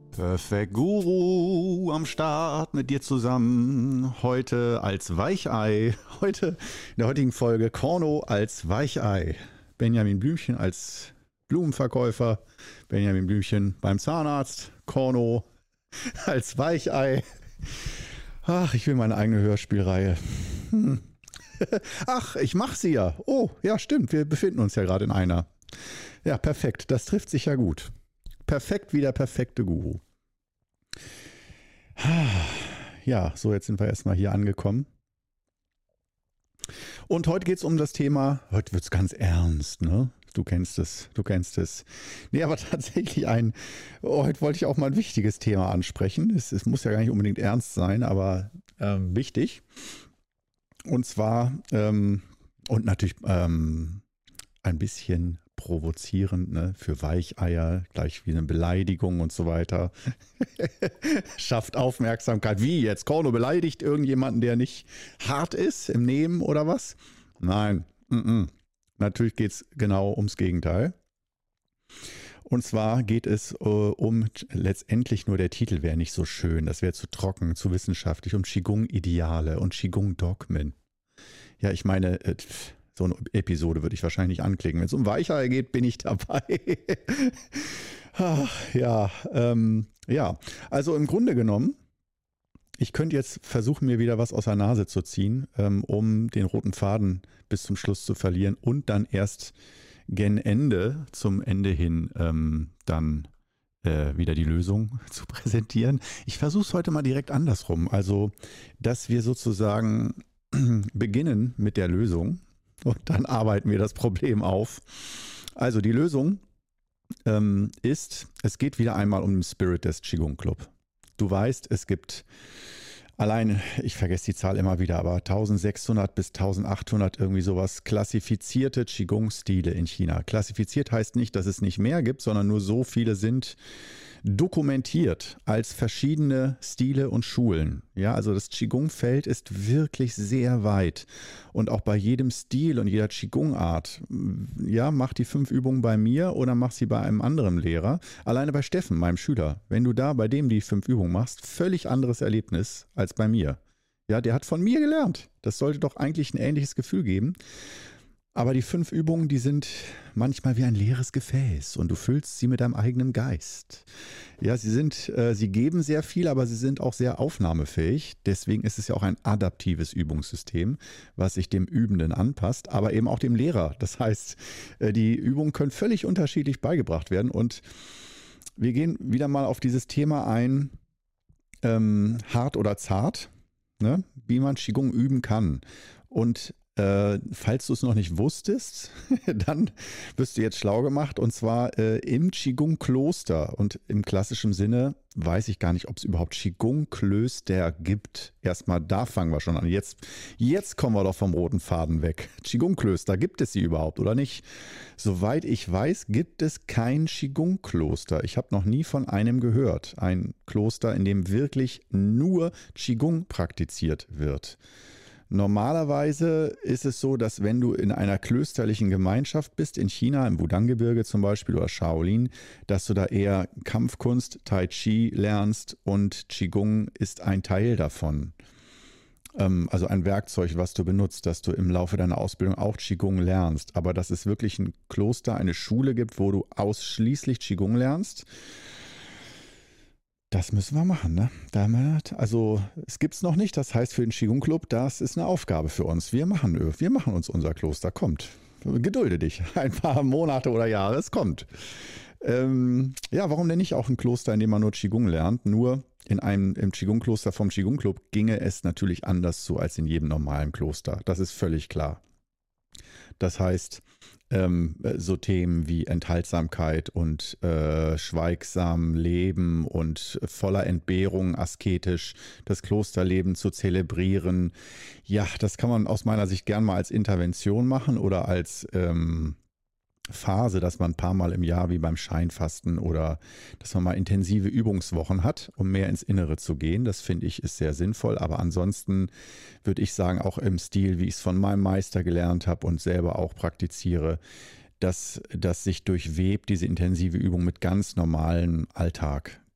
Perfekt Guru am Start mit dir zusammen. Heute als Weichei. Heute in der heutigen Folge Korno als Weichei. Benjamin Blümchen als Blumenverkäufer. Benjamin Blümchen beim Zahnarzt. Korno als Weichei. Ach, ich will meine eigene Hörspielreihe. Ach, ich mach sie ja. Oh, ja, stimmt. Wir befinden uns ja gerade in einer. Ja, perfekt. Das trifft sich ja gut. Perfekt wie der perfekte Guru. Ja, so jetzt sind wir erstmal hier angekommen. Und heute geht es um das Thema, heute wird es ganz ernst, ne? Du kennst es. Nee, aber tatsächlich heute wollte ich auch mal ein wichtiges Thema ansprechen. Es muss ja gar nicht unbedingt ernst sein, aber wichtig. Und zwar, und natürlich ein bisschen provozierend, ne, für Weicheier, gleich wie eine Beleidigung und so weiter. Schafft Aufmerksamkeit. Wie jetzt? Korno beleidigt irgendjemanden, der nicht hart ist im Nehmen oder was? Nein. Natürlich geht es genau ums Gegenteil. Und zwar geht es letztendlich nur der Titel wäre nicht so schön, das wäre zu trocken, zu wissenschaftlich, um Qigong-Ideale und Qigong-Dogmen. Ja, ich meine, so eine Episode würde ich wahrscheinlich anklicken. Wenn es um Weichei geht, bin ich dabei. Ja, also im Grunde genommen, ich könnte jetzt versuchen, mir wieder was aus der Nase zu ziehen, um den roten Faden bis zum Schluss zu verlieren und dann erst gen Ende, zum Ende hin, dann wieder die Lösung zu präsentieren. Ich versuche es heute mal direkt andersrum. Also, dass wir sozusagen beginnen mit der Lösung. Und dann arbeiten wir das Problem auf. Also die Lösung ist, es geht wieder einmal um den Spirit des Qigong Club. Du weißt, es gibt allein, ich vergesse die Zahl immer wieder, aber 1600 bis 1800 irgendwie sowas klassifizierte Qigong-Stile in China. Klassifiziert heißt nicht, dass es nicht mehr gibt, sondern nur so viele sind dokumentiert als verschiedene Stile und Schulen. Ja, also das Qigong-Feld ist wirklich sehr weit. Und auch bei jedem Stil und jeder Qigong-Art, ja, mach die 5 Übungen bei mir oder mach sie bei einem anderen Lehrer. Alleine bei Steffen, meinem Schüler. Wenn du da bei dem die 5 Übungen machst, völlig anderes Erlebnis als bei mir. Ja, der hat von mir gelernt. Das sollte doch eigentlich ein ähnliches Gefühl geben. Aber die 5 Übungen, die sind manchmal wie ein leeres Gefäß und du füllst sie mit deinem eigenen Geist. Ja, sie geben sehr viel, aber sie sind auch sehr aufnahmefähig. Deswegen ist es ja auch ein adaptives Übungssystem, was sich dem Übenden anpasst, aber eben auch dem Lehrer. Das heißt, die Übungen können völlig unterschiedlich beigebracht werden und wir gehen wieder mal auf dieses Thema ein, hart oder zart, ne? Wie man Qigong üben kann. Und falls du es noch nicht wusstest, dann wirst du jetzt schlau gemacht und zwar im Qigong-Kloster und im klassischen Sinne weiß ich gar nicht, ob es überhaupt Qigong-Klöster gibt. Erstmal da fangen wir schon an. Jetzt kommen wir doch vom roten Faden weg. Qigong-Klöster, gibt es sie überhaupt oder nicht? Soweit ich weiß, gibt es kein Qigong-Kloster. Ich habe noch nie von einem gehört. Ein Kloster, in dem wirklich nur Qigong praktiziert wird. Normalerweise ist es so, dass wenn du in einer klösterlichen Gemeinschaft bist, in China, im Wudang-Gebirge zum Beispiel oder Shaolin, dass du da eher Kampfkunst, Tai Chi lernst und Qigong ist ein Teil davon. Also ein Werkzeug, was du benutzt, dass du im Laufe deiner Ausbildung auch Qigong lernst. Aber dass es wirklich ein Kloster, eine Schule gibt, wo du ausschließlich Qigong lernst, das müssen wir machen, ne? Also es gibt es noch nicht, das heißt für den Qigong Club, das ist eine Aufgabe für uns. Wir machen uns unser Kloster, kommt. Gedulde dich, ein paar Monate oder Jahre, es kommt. Ja, warum denn nicht auch ein Kloster, in dem man nur Qigong lernt? Nur im Qigong-Kloster vom Qigong Club ginge es natürlich anders zu als in jedem normalen Kloster. Das ist völlig klar. Das heißt, so Themen wie Enthaltsamkeit und schweigsam Leben und voller Entbehrung, asketisch das Klosterleben zu zelebrieren. Ja, das kann man aus meiner Sicht gern mal als Intervention machen oder als Phase, dass man ein paar Mal im Jahr wie beim Scheinfasten oder dass man mal intensive Übungswochen hat, um mehr ins Innere zu gehen. Das finde ich ist sehr sinnvoll, aber ansonsten würde ich sagen, auch im Stil, wie ich es von meinem Meister gelernt habe und selber auch praktiziere, dass sich durchwebt, diese intensive Übung mit ganz normalem Alltag.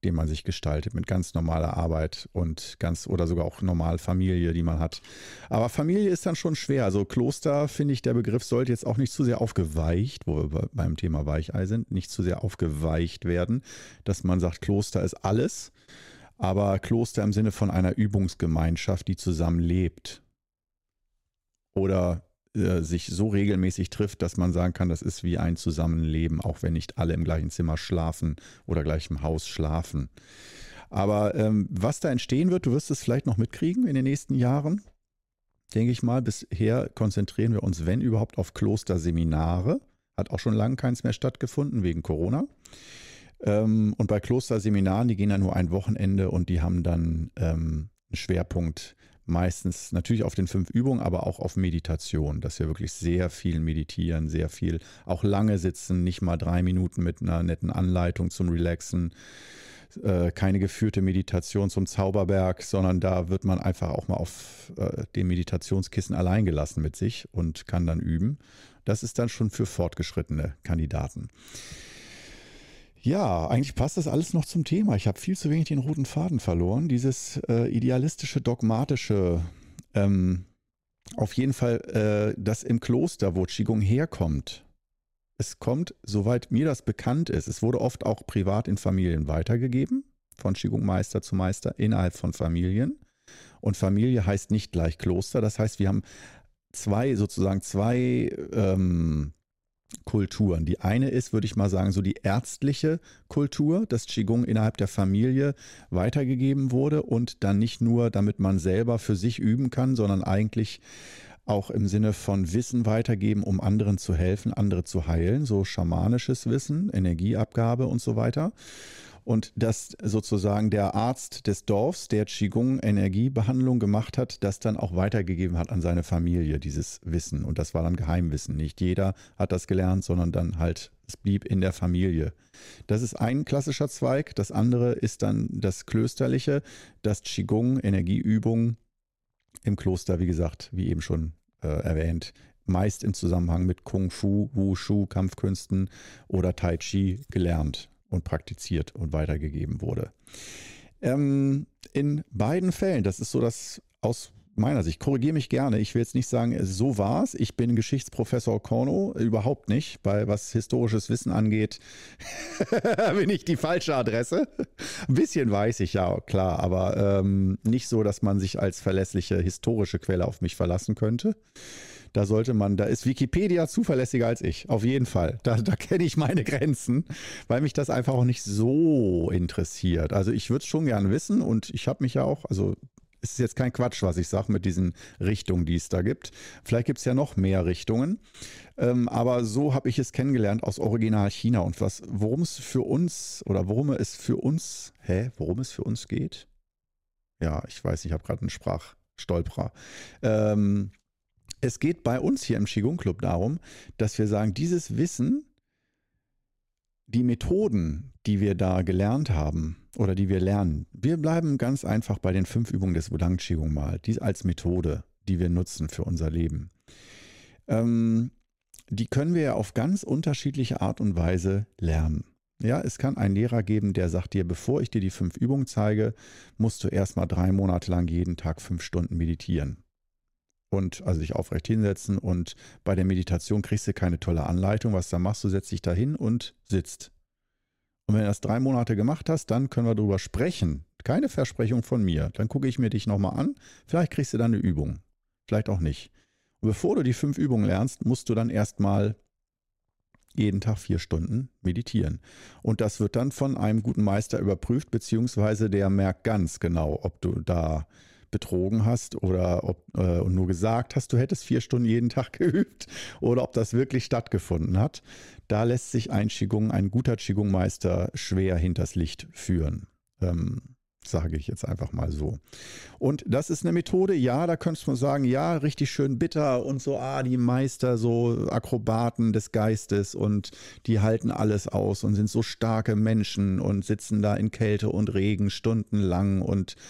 den man sich gestaltet mit ganz normaler Arbeit und ganz oder sogar auch normal Familie, die man hat. Aber Familie ist dann schon schwer. Also Kloster, finde ich, der Begriff sollte jetzt auch nicht zu sehr aufgeweicht, wo wir beim Thema Weichei sind, nicht zu sehr aufgeweicht werden, dass man sagt, Kloster ist alles, aber Kloster im Sinne von einer Übungsgemeinschaft, die zusammen lebt oder sich so regelmäßig trifft, dass man sagen kann, das ist wie ein Zusammenleben, auch wenn nicht alle im gleichen Zimmer schlafen oder gleich im Haus schlafen. Aber was da entstehen wird, du wirst es vielleicht noch mitkriegen in den nächsten Jahren, denke ich mal. Bisher konzentrieren wir uns, wenn überhaupt, auf Klosterseminare. Hat auch schon lange keins mehr stattgefunden wegen Corona. Und bei Klosterseminaren, die gehen dann nur ein Wochenende und die haben dann einen Schwerpunkt meistens natürlich auf den 5 Übungen, aber auch auf Meditation, dass wir wirklich sehr viel meditieren, sehr viel auch lange sitzen, nicht mal 3 Minuten mit einer netten Anleitung zum Relaxen, keine geführte Meditation zum Zauberberg, sondern da wird man einfach auch mal auf dem Meditationskissen allein gelassen mit sich und kann dann üben. Das ist dann schon für fortgeschrittene Kandidaten. Ja, eigentlich passt das alles noch zum Thema. Ich habe viel zu wenig den roten Faden verloren. Dieses idealistische, dogmatische, auf jeden Fall das im Kloster, wo Qigong herkommt. Es kommt, soweit mir das bekannt ist, es wurde oft auch privat in Familien weitergegeben, von Qigong-Meister zu Meister innerhalb von Familien. Und Familie heißt nicht gleich Kloster. Das heißt, wir haben zwei Kulturen. Die eine ist, würde ich mal sagen, so die ärztliche Kultur, dass Qigong innerhalb der Familie weitergegeben wurde und dann nicht nur, damit man selber für sich üben kann, sondern eigentlich auch im Sinne von Wissen weitergeben, um anderen zu helfen, andere zu heilen, so schamanisches Wissen, Energieabgabe und so weiter. Und dass sozusagen der Arzt des Dorfs, der Qigong-Energiebehandlung gemacht hat, das dann auch weitergegeben hat an seine Familie, dieses Wissen. Und das war dann Geheimwissen. Nicht jeder hat das gelernt, sondern dann halt, es blieb in der Familie. Das ist ein klassischer Zweig. Das andere ist dann das Klösterliche, das Qigong, Energieübung im Kloster, wie gesagt, wie eben schon erwähnt, meist im Zusammenhang mit Kung Fu, Wushu, Kampfkünsten oder Tai Chi gelernt und praktiziert und weitergegeben wurde. In beiden Fällen, das ist so das aus meiner Sicht, korrigiere mich gerne, ich will jetzt nicht sagen, so war es, ich bin Geschichtsprofessor Korno, überhaupt nicht, weil was historisches Wissen angeht, bin ich die falsche Adresse. Ein bisschen weiß ich, ja, klar, aber nicht so, dass man sich als verlässliche historische Quelle auf mich verlassen könnte. Da ist Wikipedia zuverlässiger als ich, auf jeden Fall. Da kenne ich meine Grenzen, weil mich das einfach auch nicht so interessiert. Also ich würde es schon gern wissen und ich habe mich ja auch, also es ist jetzt kein Quatsch, was ich sage mit diesen Richtungen, die es da gibt. Vielleicht gibt es ja noch mehr Richtungen, aber so habe ich es kennengelernt aus Original China und worum es für uns geht? Ja, ich weiß, ich habe gerade einen Sprachstolperer. Es geht bei uns hier im Qigong Club darum, dass wir sagen, dieses Wissen, die Methoden, die wir da gelernt haben oder die wir lernen, wir bleiben ganz einfach bei den 5 Übungen des Wudang Qigong mal, die als Methode, die wir nutzen für unser Leben. Die können wir ja auf ganz unterschiedliche Art und Weise lernen. Ja, es kann einen Lehrer geben, der sagt dir, bevor ich dir die 5 Übungen zeige, musst du erstmal 3 Monate lang jeden Tag 5 Stunden meditieren. Und also dich aufrecht hinsetzen und bei der Meditation kriegst du keine tolle Anleitung. Was du da machst, du setzt dich da hin und sitzt. Und wenn du das 3 Monate gemacht hast, dann können wir darüber sprechen. Keine Versprechung von mir. Dann gucke ich mir dich nochmal an. Vielleicht kriegst du dann eine Übung. Vielleicht auch nicht. Und bevor du die 5 Übungen lernst, musst du dann erstmal jeden Tag 4 Stunden meditieren. Und das wird dann von einem guten Meister überprüft, beziehungsweise der merkt ganz genau, ob du da betrogen hast oder ob nur gesagt hast, du hättest 4 Stunden jeden Tag geübt oder ob das wirklich stattgefunden hat. Da lässt sich ein guter Qigong-Meister schwer hinters Licht führen. Sage ich jetzt einfach mal so. Und das ist eine Methode, ja, da könntest du sagen, ja, richtig schön bitter und so, die Meister, so Akrobaten des Geistes und die halten alles aus und sind so starke Menschen und sitzen da in Kälte und Regen stundenlang und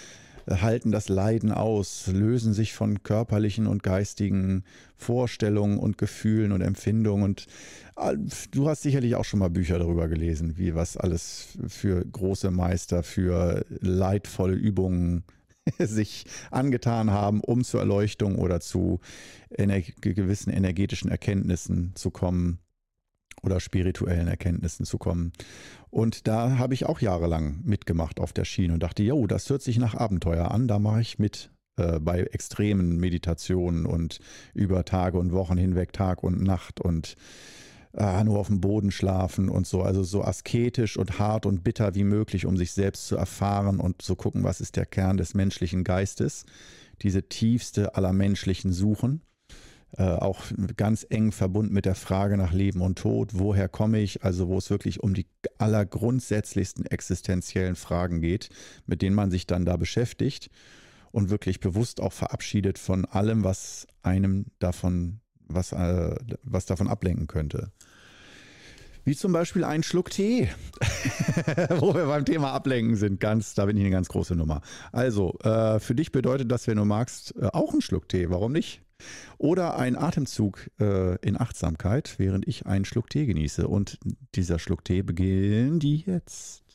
halten das Leiden aus, lösen sich von körperlichen und geistigen Vorstellungen und Gefühlen und Empfindungen. Und du hast sicherlich auch schon mal Bücher darüber gelesen, wie was alles für große Meister, für leidvolle Übungen sich angetan haben, um zur Erleuchtung oder zu gewissen energetischen Erkenntnissen zu kommen oder spirituellen Erkenntnissen zu kommen. Und da habe ich auch jahrelang mitgemacht auf der Schiene und dachte, jo, das hört sich nach Abenteuer an, da mache ich mit bei extremen Meditationen und über Tage und Wochen hinweg, Tag und Nacht und nur auf dem Boden schlafen und so, also so asketisch und hart und bitter wie möglich, um sich selbst zu erfahren und zu gucken, was ist der Kern des menschlichen Geistes, diese tiefste aller menschlichen Suchen. Auch ganz eng verbunden mit der Frage nach Leben und Tod, woher komme ich, also wo es wirklich um die allergrundsätzlichsten existenziellen Fragen geht, mit denen man sich dann da beschäftigt und wirklich bewusst auch verabschiedet von allem, was einem davon, was davon ablenken könnte. Wie zum Beispiel einen Schluck Tee, wo wir beim Thema Ablenken sind. Da bin ich eine ganz große Nummer. Also, für dich bedeutet das, wenn du magst, auch einen Schluck Tee. Warum nicht? Oder ein Atemzug in Achtsamkeit, während ich einen Schluck Tee genieße. Und dieser Schluck Tee beginnt jetzt.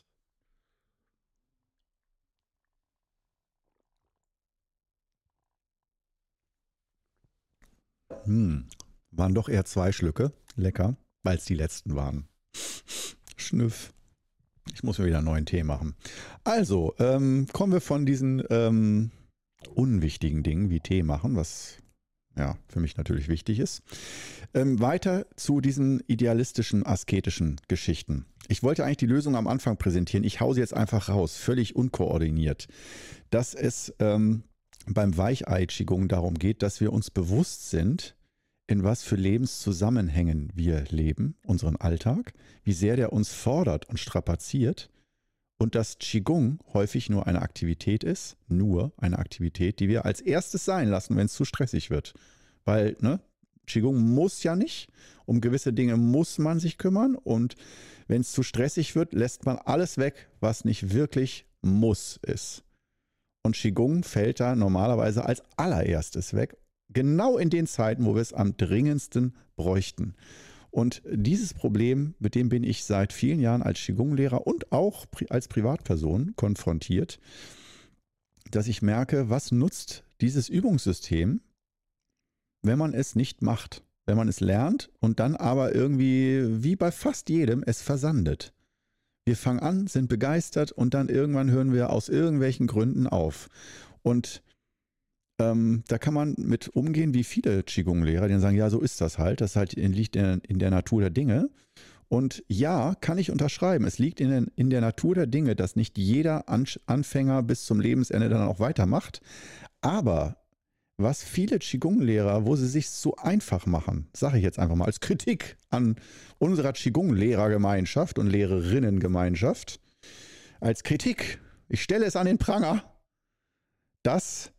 Waren doch eher 2 Schlücke. Lecker, weil es die letzten waren. Schnüff. Ich muss mir wieder einen neuen Tee machen. Also, kommen wir von diesen unwichtigen Dingen wie Tee machen, was ja für mich natürlich wichtig ist, weiter zu diesen idealistischen, asketischen Geschichten. Ich wollte eigentlich die Lösung am Anfang präsentieren. Ich hau sie jetzt einfach raus, völlig unkoordiniert. Dass es beim Weichei-Qigong darum geht, dass wir uns bewusst sind, in was für Lebenszusammenhängen wir leben, unseren Alltag, wie sehr der uns fordert und strapaziert und dass Qigong häufig nur eine Aktivität ist, die wir als erstes sein lassen, wenn es zu stressig wird. Weil, ne, Qigong muss ja nicht, um gewisse Dinge muss man sich kümmern und wenn es zu stressig wird, lässt man alles weg, was nicht wirklich muss ist. Und Qigong fällt da normalerweise als allererstes weg, genau in den Zeiten, wo wir es am dringendsten bräuchten. Und dieses Problem, mit dem bin ich seit vielen Jahren als Qigong-Lehrer und auch als Privatperson konfrontiert, dass ich merke, was nutzt dieses Übungssystem, wenn man es nicht macht, wenn man es lernt und dann aber irgendwie, wie bei fast jedem, es versandet. Wir fangen an, sind begeistert und dann irgendwann hören wir aus irgendwelchen Gründen auf. Und da kann man mit umgehen, wie viele Qigong-Lehrer, die sagen, ja, so ist das halt. Das halt liegt in der Natur der Dinge. Und ja, kann ich unterschreiben. Es liegt in der Natur der Dinge, dass nicht jeder Anfänger bis zum Lebensende dann auch weitermacht. Aber was viele Qigong-Lehrer, wo sie sich so einfach machen, sage ich jetzt einfach mal als Kritik an unserer Qigong-Lehrergemeinschaft und Lehrerinnengemeinschaft, als Kritik, ich stelle es an den Pranger, dass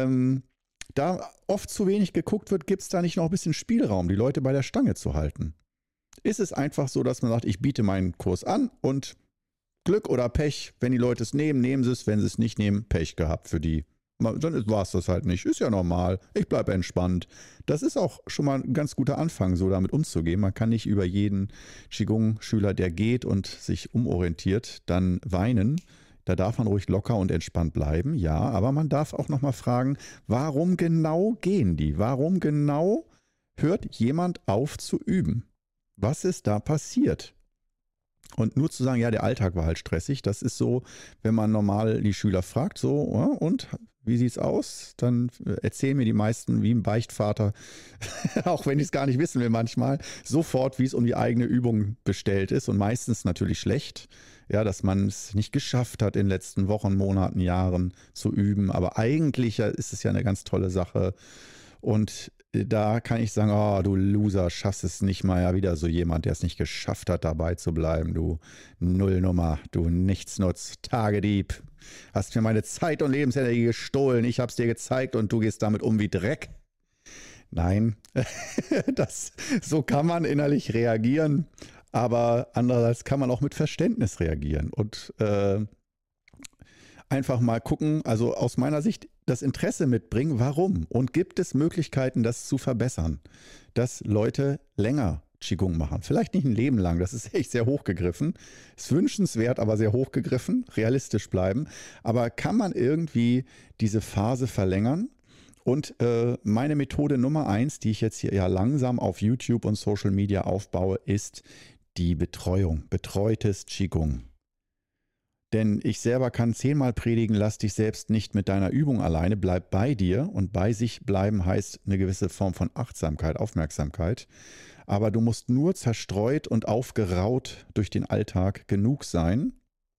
da oft zu wenig geguckt wird, gibt es da nicht noch ein bisschen Spielraum, die Leute bei der Stange zu halten? Ist es einfach so, dass man sagt, ich biete meinen Kurs an und Glück oder Pech, wenn die Leute es nehmen, nehmen sie es, wenn sie es nicht nehmen, Pech gehabt für die. Dann war es das halt nicht, ist ja normal, ich bleibe entspannt. Das ist auch schon mal ein ganz guter Anfang, so damit umzugehen. Man kann nicht über jeden Qigong-Schüler, der geht und sich umorientiert, dann weinen. Da darf man ruhig locker und entspannt bleiben, ja, aber man darf auch nochmal fragen, warum genau gehen die? Warum genau hört jemand auf zu üben? Was ist da passiert? Und nur zu sagen, ja, der Alltag war halt stressig, das ist so, wenn man normal die Schüler fragt, so, ja, und wie sieht's aus? Dann erzählen mir die meisten wie ein Beichtvater, auch wenn die es gar nicht wissen will manchmal, sofort, wie es um die eigene Übung bestellt ist und meistens natürlich schlecht. Ja, dass man es nicht geschafft hat in den letzten Wochen, Monaten, Jahren zu üben. Aber eigentlich ist es ja eine ganz tolle Sache. Und da kann ich sagen, oh, du Loser, schaffst es nicht mal. Ja, wieder so jemand, der es nicht geschafft hat, dabei zu bleiben. Du Nullnummer, du Nichtsnutz, Tagedieb. Hast mir meine Zeit und Lebensenergie gestohlen. Ich habe es dir gezeigt und du gehst damit um wie Dreck. Nein, so kann man innerlich reagieren. Aber andererseits kann man auch mit Verständnis reagieren. Und einfach mal gucken, also aus meiner Sicht das Interesse mitbringen, warum? Und gibt es Möglichkeiten, das zu verbessern, dass Leute länger Qigong machen? Vielleicht nicht ein Leben lang, das ist echt sehr hochgegriffen. Ist wünschenswert, aber sehr hochgegriffen, realistisch bleiben. Aber kann man irgendwie diese Phase verlängern? Und meine Methode Nummer 1, die ich jetzt hier ja langsam auf YouTube und Social Media aufbaue, ist die Betreuung, betreutes Qigong. Denn ich selber kann 10-mal predigen, lass dich selbst nicht mit deiner Übung alleine, bleib bei dir. Und bei sich bleiben heißt eine gewisse Form von Achtsamkeit, Aufmerksamkeit. Aber du musst nur zerstreut und aufgeraut durch den Alltag genug sein,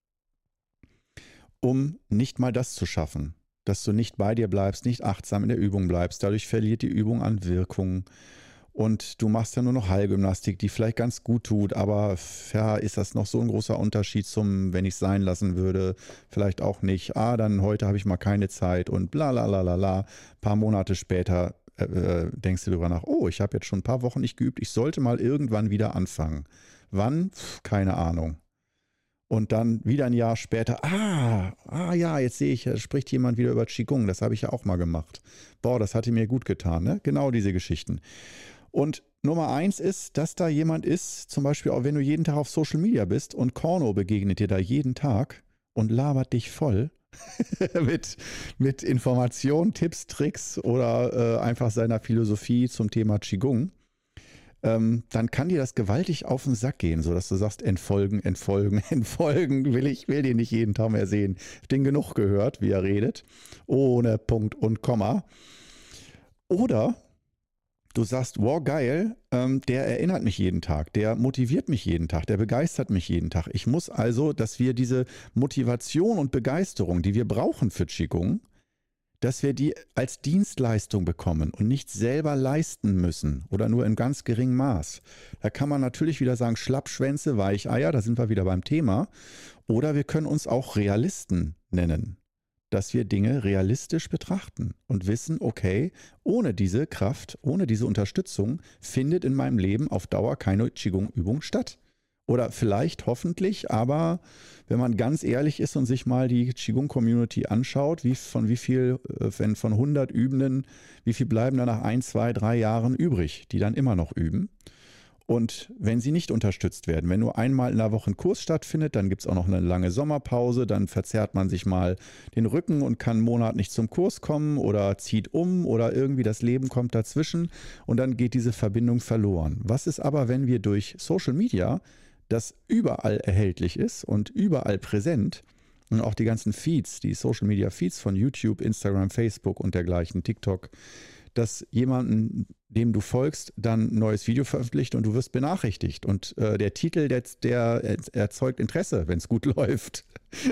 um nicht mal das zu schaffen. Dass du nicht bei dir bleibst, nicht achtsam in der Übung bleibst. Dadurch verliert die Übung an Wirkung. Und du machst ja nur noch Heilgymnastik, die vielleicht ganz gut tut, aber ja, ist das noch so ein großer Unterschied zum, wenn ich es sein lassen würde? Vielleicht auch nicht. Dann heute habe ich mal keine Zeit und bla la la la la. Ein paar Monate später denkst du darüber nach, oh, ich habe jetzt schon ein paar Wochen nicht geübt, ich sollte mal irgendwann wieder anfangen. Wann? Keine Ahnung. Und dann wieder ein Jahr später, ja, jetzt sehe ich, spricht jemand wieder über Qigong, das habe ich ja auch mal gemacht. Boah, das hatte mir gut getan, ne? Genau diese Geschichten. Und Nummer 1 ist, dass da jemand ist, zum Beispiel auch wenn du jeden Tag auf Social Media bist und Korno begegnet dir da jeden Tag und labert dich voll mit Informationen, Tipps, Tricks oder einfach seiner Philosophie zum Thema Qigong, dann kann dir das gewaltig auf den Sack gehen, sodass du sagst, entfolgen, will den nicht jeden Tag mehr sehen. Ich habe den genug gehört, wie er redet, ohne Punkt und Komma. Oder du sagst, wow, geil, der erinnert mich jeden Tag, der motiviert mich jeden Tag, der begeistert mich jeden Tag. Ich muss also, dass wir diese Motivation und Begeisterung, die wir brauchen für Qigong, dass wir die als Dienstleistung bekommen und nicht selber leisten müssen oder nur in ganz geringem Maß. Da kann man natürlich wieder sagen, Schlappschwänze, Weicheier, da sind wir wieder beim Thema. Oder wir können uns auch Realisten nennen, dass wir Dinge realistisch betrachten und wissen, okay, ohne diese Kraft, ohne diese Unterstützung findet in meinem Leben auf Dauer keine Qigong-Übung statt. Oder vielleicht, hoffentlich, aber wenn man ganz ehrlich ist und sich mal die Qigong-Community anschaut, von 100 Übenden, wie viel bleiben da nach 1, 2, 3 Jahren übrig, die dann immer noch üben? Und wenn sie nicht unterstützt werden, wenn nur einmal in der Woche ein Kurs stattfindet, dann gibt es auch noch eine lange Sommerpause, dann verzerrt man sich mal den Rücken und kann einen Monat nicht zum Kurs kommen oder zieht um oder irgendwie das Leben kommt dazwischen und dann geht diese Verbindung verloren. Was ist aber, wenn wir durch Social Media, das überall erhältlich ist und überall präsent, und auch die ganzen Feeds, die Social Media Feeds von YouTube, Instagram, Facebook und dergleichen, TikTok, dass jemanden, dem du folgst, dann ein neues Video veröffentlicht und du wirst benachrichtigt. Und der Titel, der erzeugt Interesse, wenn es gut läuft.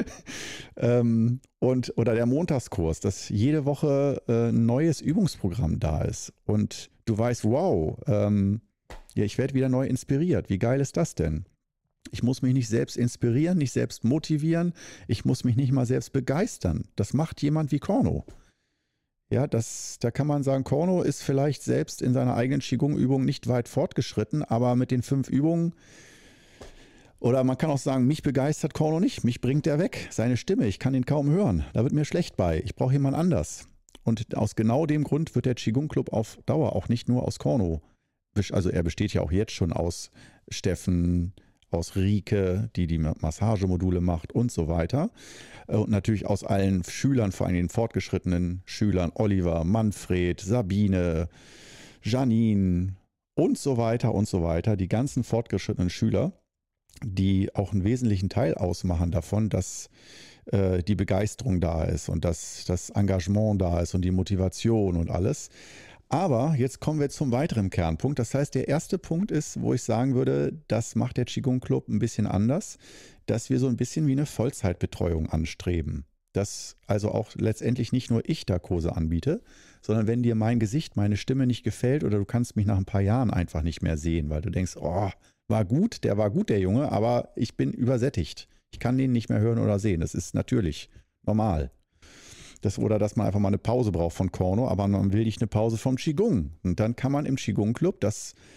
Oder der Montagskurs, dass jede Woche ein neues Übungsprogramm da ist. Und du weißt, wow, ja, ich werde wieder neu inspiriert. Wie geil ist das denn? Ich muss mich nicht selbst inspirieren, nicht selbst motivieren. Ich muss mich nicht mal selbst begeistern. Das macht jemand wie Korno. Ja, da kann man sagen, Korno ist vielleicht selbst in seiner eigenen Qigong-Übung nicht weit fortgeschritten, aber mit den 5 Übungen, oder man kann auch sagen, mich begeistert Korno nicht, mich bringt er weg, seine Stimme, ich kann ihn kaum hören, da wird mir schlecht bei, ich brauche jemand anders. Und aus genau dem Grund wird der Qigong-Club auf Dauer auch nicht nur aus Korno, also er besteht ja auch jetzt schon aus Steffen, aus Rike, die Massagemodule macht und so weiter. Und natürlich aus allen Schülern, vor allem den fortgeschrittenen Schülern, Oliver, Manfred, Sabine, Janine und so weiter, die ganzen fortgeschrittenen Schüler, die auch einen wesentlichen Teil ausmachen davon, dass die Begeisterung da ist und dass das Engagement da ist und die Motivation und alles. Aber jetzt kommen wir zum weiteren Kernpunkt. Das heißt, der erste Punkt ist, wo ich sagen würde, das macht der Qigong Club ein bisschen anders, dass wir so ein bisschen wie eine Vollzeitbetreuung anstreben. Dass also auch letztendlich nicht nur ich da Kurse anbiete, sondern wenn dir mein Gesicht, meine Stimme nicht gefällt oder du kannst mich nach ein paar Jahren einfach nicht mehr sehen, weil du denkst, oh, war gut, der Junge, aber ich bin übersättigt. Ich kann den nicht mehr hören oder sehen. Das ist natürlich normal. Oder dass man einfach mal eine Pause braucht von Korno, aber man will nicht eine Pause vom Qigong. Und dann kann man im Qigong Club das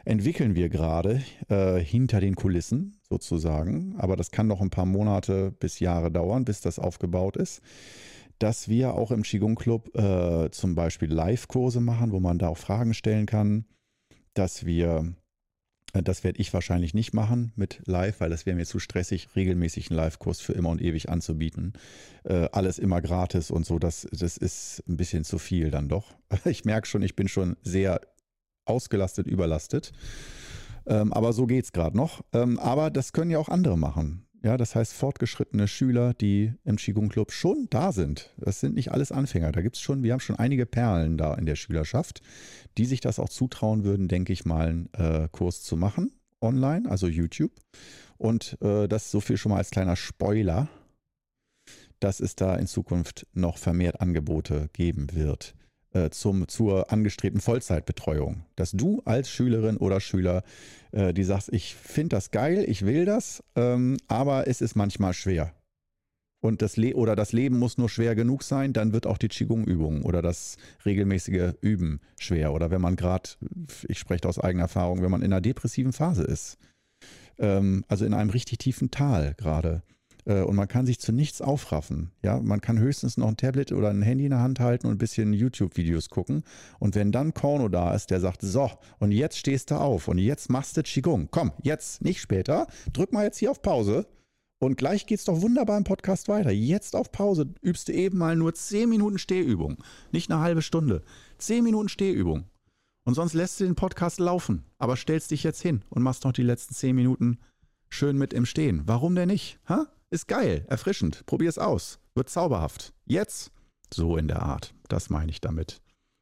entwickeln wir gerade hinter den Kulissen sozusagen. Aber das kann noch ein paar Monate bis Jahre dauern, bis das aufgebaut ist. Dass wir auch im Qigong Club zum Beispiel Live-Kurse machen, wo man da auch Fragen stellen kann. Das werde ich wahrscheinlich nicht machen mit Live, weil das wäre mir zu stressig, regelmäßig einen Live-Kurs für immer und ewig anzubieten. Alles immer gratis und so, das ist ein bisschen zu viel dann doch. Ich merke schon, ich bin schon sehr ausgelastet, überlastet. Aber so geht es gerade noch. Aber das können ja auch andere machen. Ja, das heißt fortgeschrittene Schüler, die im Qigong Club schon da sind. Das sind nicht alles Anfänger. Wir haben schon einige Perlen da in der Schülerschaft, die sich das auch zutrauen würden, denke ich mal, einen Kurs zu machen online, also YouTube. Und das so viel schon mal als kleiner Spoiler, dass es da in Zukunft noch vermehrt Angebote geben wird zur angestrebten Vollzeitbetreuung. Dass du als Schülerin oder Schüler, die sagst, ich finde das geil, ich will das, aber es ist manchmal schwer. Und das Leben muss nur schwer genug sein, dann wird auch die Qigong-Übung oder das regelmäßige Üben schwer. Oder wenn man gerade, ich spreche aus eigener Erfahrung, wenn man in einer depressiven Phase ist, also in einem richtig tiefen Tal gerade, und man kann sich zu nichts aufraffen. Ja, man kann höchstens noch ein Tablet oder ein Handy in der Hand halten und ein bisschen YouTube-Videos gucken. Und wenn dann Korno da ist, der sagt, so, und jetzt stehst du auf und jetzt machst du Qigong. Komm, jetzt, nicht später. Drück mal jetzt hier auf Pause. Und gleich geht's doch wunderbar im Podcast weiter. Jetzt auf Pause übst du eben mal nur 10 Minuten Stehübung. Nicht eine halbe Stunde. 10 Minuten Stehübung. Und sonst lässt du den Podcast laufen. Aber stellst dich jetzt hin und machst noch die letzten 10 Minuten schön mit im Stehen. Warum denn nicht? Ha? Ist geil, erfrischend. Probier es aus. Wird zauberhaft. Jetzt? So in der Art. Das meine ich damit.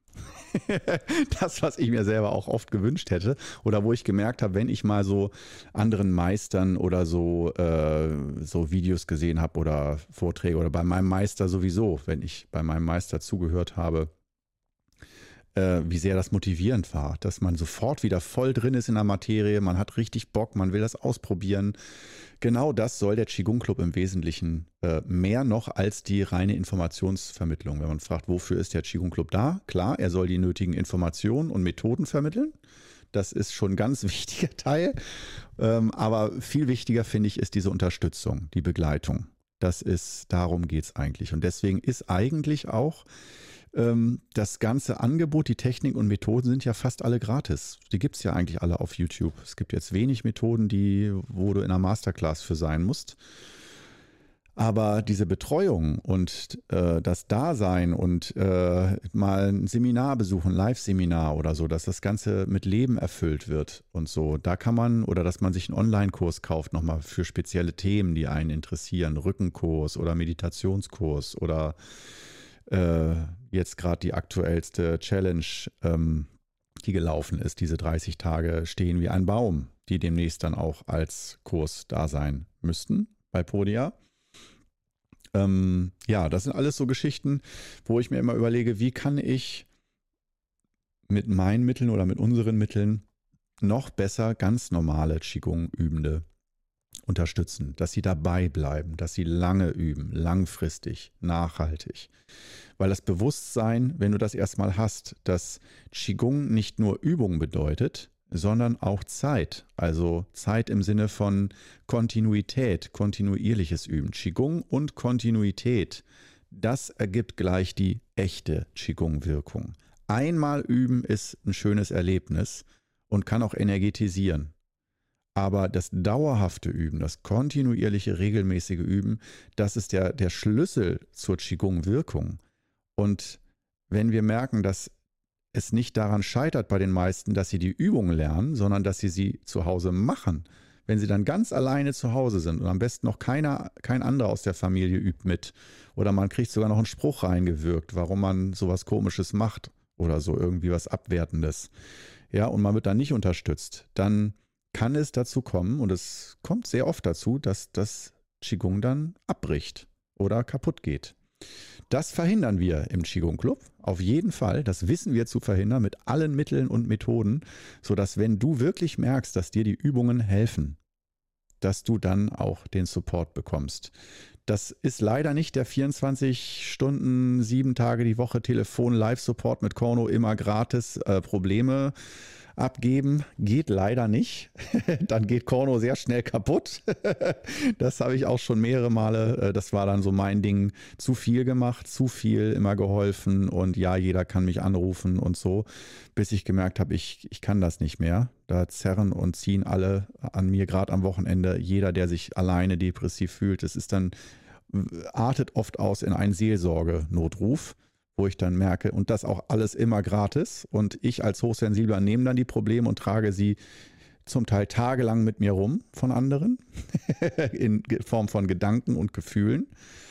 Das, was ich mir selber auch oft gewünscht hätte oder wo ich gemerkt habe, wenn ich mal so anderen Meistern oder so Videos gesehen habe oder Vorträge oder bei meinem Meister sowieso, wenn ich bei meinem Meister zugehört habe, wie sehr das motivierend war, dass man sofort wieder voll drin ist in der Materie, man hat richtig Bock, man will das ausprobieren. Genau das soll der Qigong Club im Wesentlichen mehr noch als die reine Informationsvermittlung. Wenn man fragt, wofür ist der Qigong Club da? Klar, er soll die nötigen Informationen und Methoden vermitteln. Das ist schon ein ganz wichtiger Teil. Aber viel wichtiger, finde ich, ist diese Unterstützung, die Begleitung. Darum geht es eigentlich. Und deswegen ist eigentlich auch das ganze Angebot, die Technik und Methoden sind ja fast alle gratis. Die gibt es ja eigentlich alle auf YouTube. Es gibt jetzt wenig Methoden, wo du in einer Masterclass für sein musst. Aber diese Betreuung und das Dasein und mal ein Seminar besuchen, Live-Seminar oder so, dass das Ganze mit Leben erfüllt wird und so, da kann man, oder dass man sich einen Online-Kurs kauft, nochmal für spezielle Themen, die einen interessieren, Rückenkurs oder Meditationskurs oder jetzt gerade die aktuellste Challenge, die gelaufen ist, diese 30 Tage stehen wie ein Baum, die demnächst dann auch als Kurs da sein müssten bei Podia. Ja, das sind alles so Geschichten, wo ich mir immer überlege, wie kann ich mit meinen Mitteln oder mit unseren Mitteln noch besser ganz normale Qigong-Übende unterstützen, dass sie dabei bleiben, dass sie lange üben, langfristig, nachhaltig. Weil das Bewusstsein, wenn du das erstmal hast, dass Qigong nicht nur Übung bedeutet, sondern auch Zeit. Also Zeit im Sinne von Kontinuität, kontinuierliches Üben. Qigong und Kontinuität, das ergibt gleich die echte Qigong-Wirkung. Einmal üben ist ein schönes Erlebnis und kann auch energetisieren. Aber das dauerhafte Üben, das kontinuierliche, regelmäßige Üben, das ist der Schlüssel zur Qigong-Wirkung. Und wenn wir merken, dass es nicht daran scheitert bei den meisten, dass sie die Übung lernen, sondern dass sie zu Hause machen, wenn sie dann ganz alleine zu Hause sind und am besten noch kein anderer aus der Familie übt mit oder man kriegt sogar noch einen Spruch reingewirkt, warum man sowas Komisches macht oder so irgendwie was Abwertendes, ja, und man wird dann nicht unterstützt, dann kann es dazu kommen, und es kommt sehr oft dazu, dass das Qigong dann abbricht oder kaputt geht. Das verhindern wir im Qigong Club, auf jeden Fall. Das wissen wir zu verhindern mit allen Mitteln und Methoden, sodass wenn du wirklich merkst, dass dir die Übungen helfen, dass du dann auch den Support bekommst. Das ist leider nicht der 24 Stunden, 7 Tage die Woche Telefon-Live-Support mit Korno, immer gratis, Probleme abgeben. Geht leider nicht. Dann geht Korno sehr schnell kaputt. Das habe ich auch schon mehrere Male. Das war dann so mein Ding. Zu viel gemacht, zu viel immer geholfen und ja, jeder kann mich anrufen und so, bis ich gemerkt habe, ich kann das nicht mehr. Da zerren und ziehen alle an mir, gerade am Wochenende. Jeder, der sich alleine depressiv fühlt, es ist dann, artet oft aus in einen Seelsorge-Notruf, wo ich dann merke, und das auch alles immer gratis. Und ich als Hochsensibler nehme dann die Probleme und trage sie zum Teil tagelang mit mir rum von anderen, in Form von Gedanken und Gefühlen.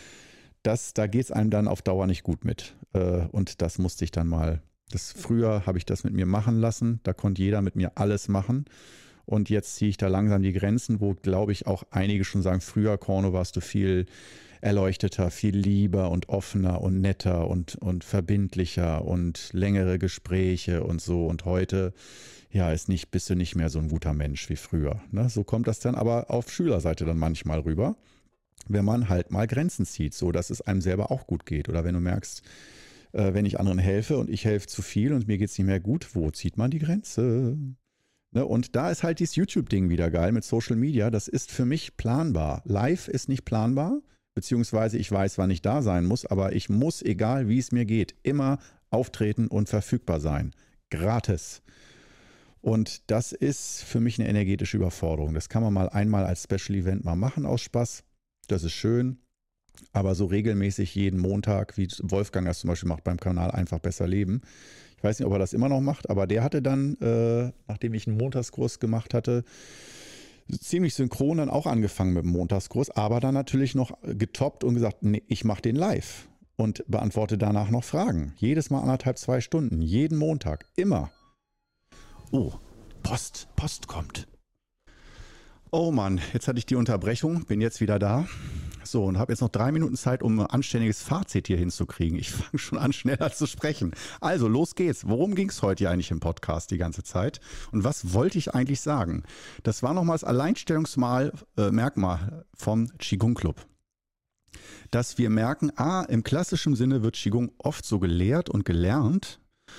Da geht es einem dann auf Dauer nicht gut mit. Und das musste ich dann mal, früher habe ich das mit mir machen lassen, da konnte jeder mit mir alles machen. Und jetzt ziehe ich da langsam die Grenzen, wo, glaube ich, auch einige schon sagen, früher, Korno, warst du viel erleuchteter, viel lieber und offener und netter und verbindlicher und längere Gespräche und so. Und heute, ja, bist du nicht mehr so ein guter Mensch wie früher. Ne? So kommt das dann aber auf Schülerseite dann manchmal rüber, wenn man halt mal Grenzen zieht, so dass es einem selber auch gut geht. Oder wenn du merkst, wenn ich anderen helfe und ich helfe zu viel und mir geht es nicht mehr gut, wo zieht man die Grenze? Ne? Und da ist halt dieses YouTube-Ding wieder geil mit Social Media. Das ist für mich planbar. Live ist nicht planbar. Beziehungsweise ich weiß, wann ich da sein muss, aber ich muss, egal wie es mir geht, immer auftreten und verfügbar sein. Gratis. Und das ist für mich eine energetische Überforderung. Das kann man mal einmal als Special Event mal machen aus Spaß. Das ist schön. Aber so regelmäßig jeden Montag, wie Wolfgang das zum Beispiel macht beim Kanal Einfach besser leben. Ich weiß nicht, ob er das immer noch macht, aber der hatte dann, nachdem ich einen Montagskurs gemacht hatte, ziemlich synchron dann auch angefangen mit dem Montagskurs, aber dann natürlich noch getoppt und gesagt, nee, ich mache den live und beantworte danach noch Fragen. Jedes Mal 1,5, 2 Stunden, jeden Montag, immer. Oh, Post kommt. Oh Mann, jetzt hatte ich die Unterbrechung, bin jetzt wieder da. So, und habe jetzt noch 3 Minuten Zeit, um ein anständiges Fazit hier hinzukriegen. Ich fange schon an, schneller zu sprechen. Also, los geht's. Worum ging es heute hier eigentlich im Podcast die ganze Zeit? Und was wollte ich eigentlich sagen? Das war nochmal das Alleinstellungsmerkmal vom Qigong Club. Dass wir merken, im klassischen Sinne wird Qigong oft so gelehrt und gelernt,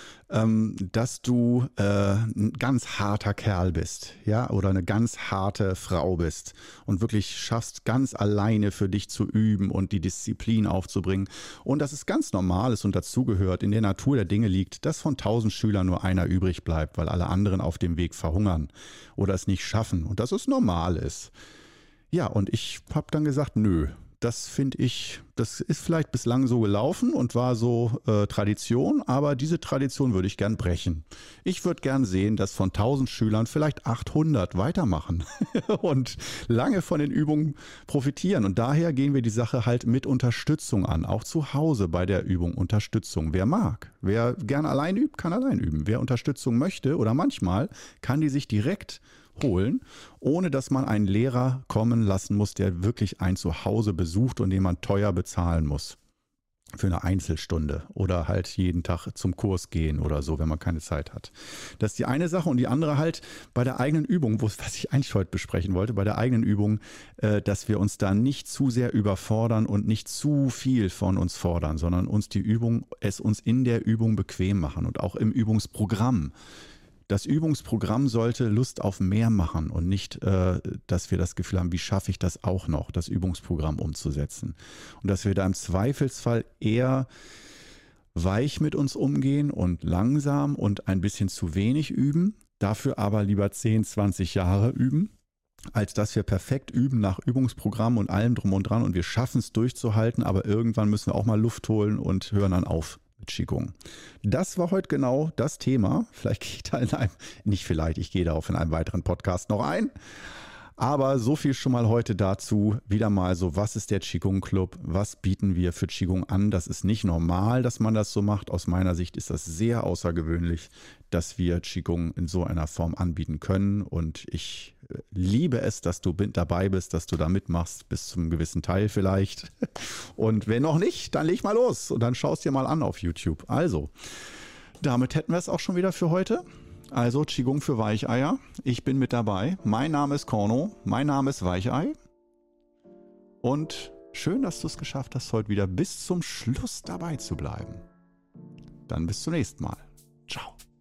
dass du ein ganz harter Kerl bist, ja, oder eine ganz harte Frau bist und wirklich schaffst, ganz alleine für dich zu üben und die Disziplin aufzubringen. Und dass es ganz normal ist und dazugehört, in der Natur der Dinge liegt, dass von 1000 Schülern nur einer übrig bleibt, weil alle anderen auf dem Weg verhungern oder es nicht schaffen und dass es normal ist. Ja, und ich habe dann gesagt, nö. Das finde ich, das ist vielleicht bislang so gelaufen und war so Tradition, aber diese Tradition würde ich gern brechen. Ich würde gern sehen, dass von 1000 Schülern vielleicht 800 weitermachen und lange von den Übungen profitieren. Und daher gehen wir die Sache halt mit Unterstützung an, auch zu Hause bei der Übung Unterstützung. Wer mag, wer gern allein übt, kann allein üben. Wer Unterstützung möchte oder manchmal kann die sich direkt holen, ohne dass man einen Lehrer kommen lassen muss, der wirklich ein Zuhause besucht und den man teuer bezahlen muss für eine Einzelstunde oder halt jeden Tag zum Kurs gehen oder so, wenn man keine Zeit hat. Das ist die eine Sache und die andere halt bei der eigenen Übung, was ich eigentlich heute besprechen wollte, bei der eigenen Übung, dass wir uns da nicht zu sehr überfordern und nicht zu viel von uns fordern, sondern uns uns in der Übung bequem machen und auch im Übungsprogramm. Das Übungsprogramm sollte Lust auf mehr machen und nicht, dass wir das Gefühl haben, wie schaffe ich das auch noch, das Übungsprogramm umzusetzen. Und dass wir da im Zweifelsfall eher weich mit uns umgehen und langsam und ein bisschen zu wenig üben, dafür aber lieber 10, 20 Jahre üben, als dass wir perfekt üben nach Übungsprogramm und allem drum und dran und wir schaffen es durchzuhalten, aber irgendwann müssen wir auch mal Luft holen und hören dann auf. Qigong. Das war heute genau das Thema. Vielleicht gehe ich da ich gehe darauf in einem weiteren Podcast noch ein. Aber so viel schon mal heute dazu. Wieder mal so, was ist der Qigong Club? Was bieten wir für Qigong an? Das ist nicht normal, dass man das so macht. Aus meiner Sicht ist das sehr außergewöhnlich, dass wir Qigong in so einer Form anbieten können. Und ich liebe es, dass du dabei bist, dass du da mitmachst, bis zum gewissen Teil vielleicht. Und wenn noch nicht, dann leg mal los und dann schaust dir mal an auf YouTube. Also, damit hätten wir es auch schon wieder für heute. Also Qigong für Weicheier. Ich bin mit dabei. Mein Name ist Korno. Mein Name ist Weichei. Und schön, dass du es geschafft hast, heute wieder bis zum Schluss dabei zu bleiben. Dann bis zum nächsten Mal. Ciao.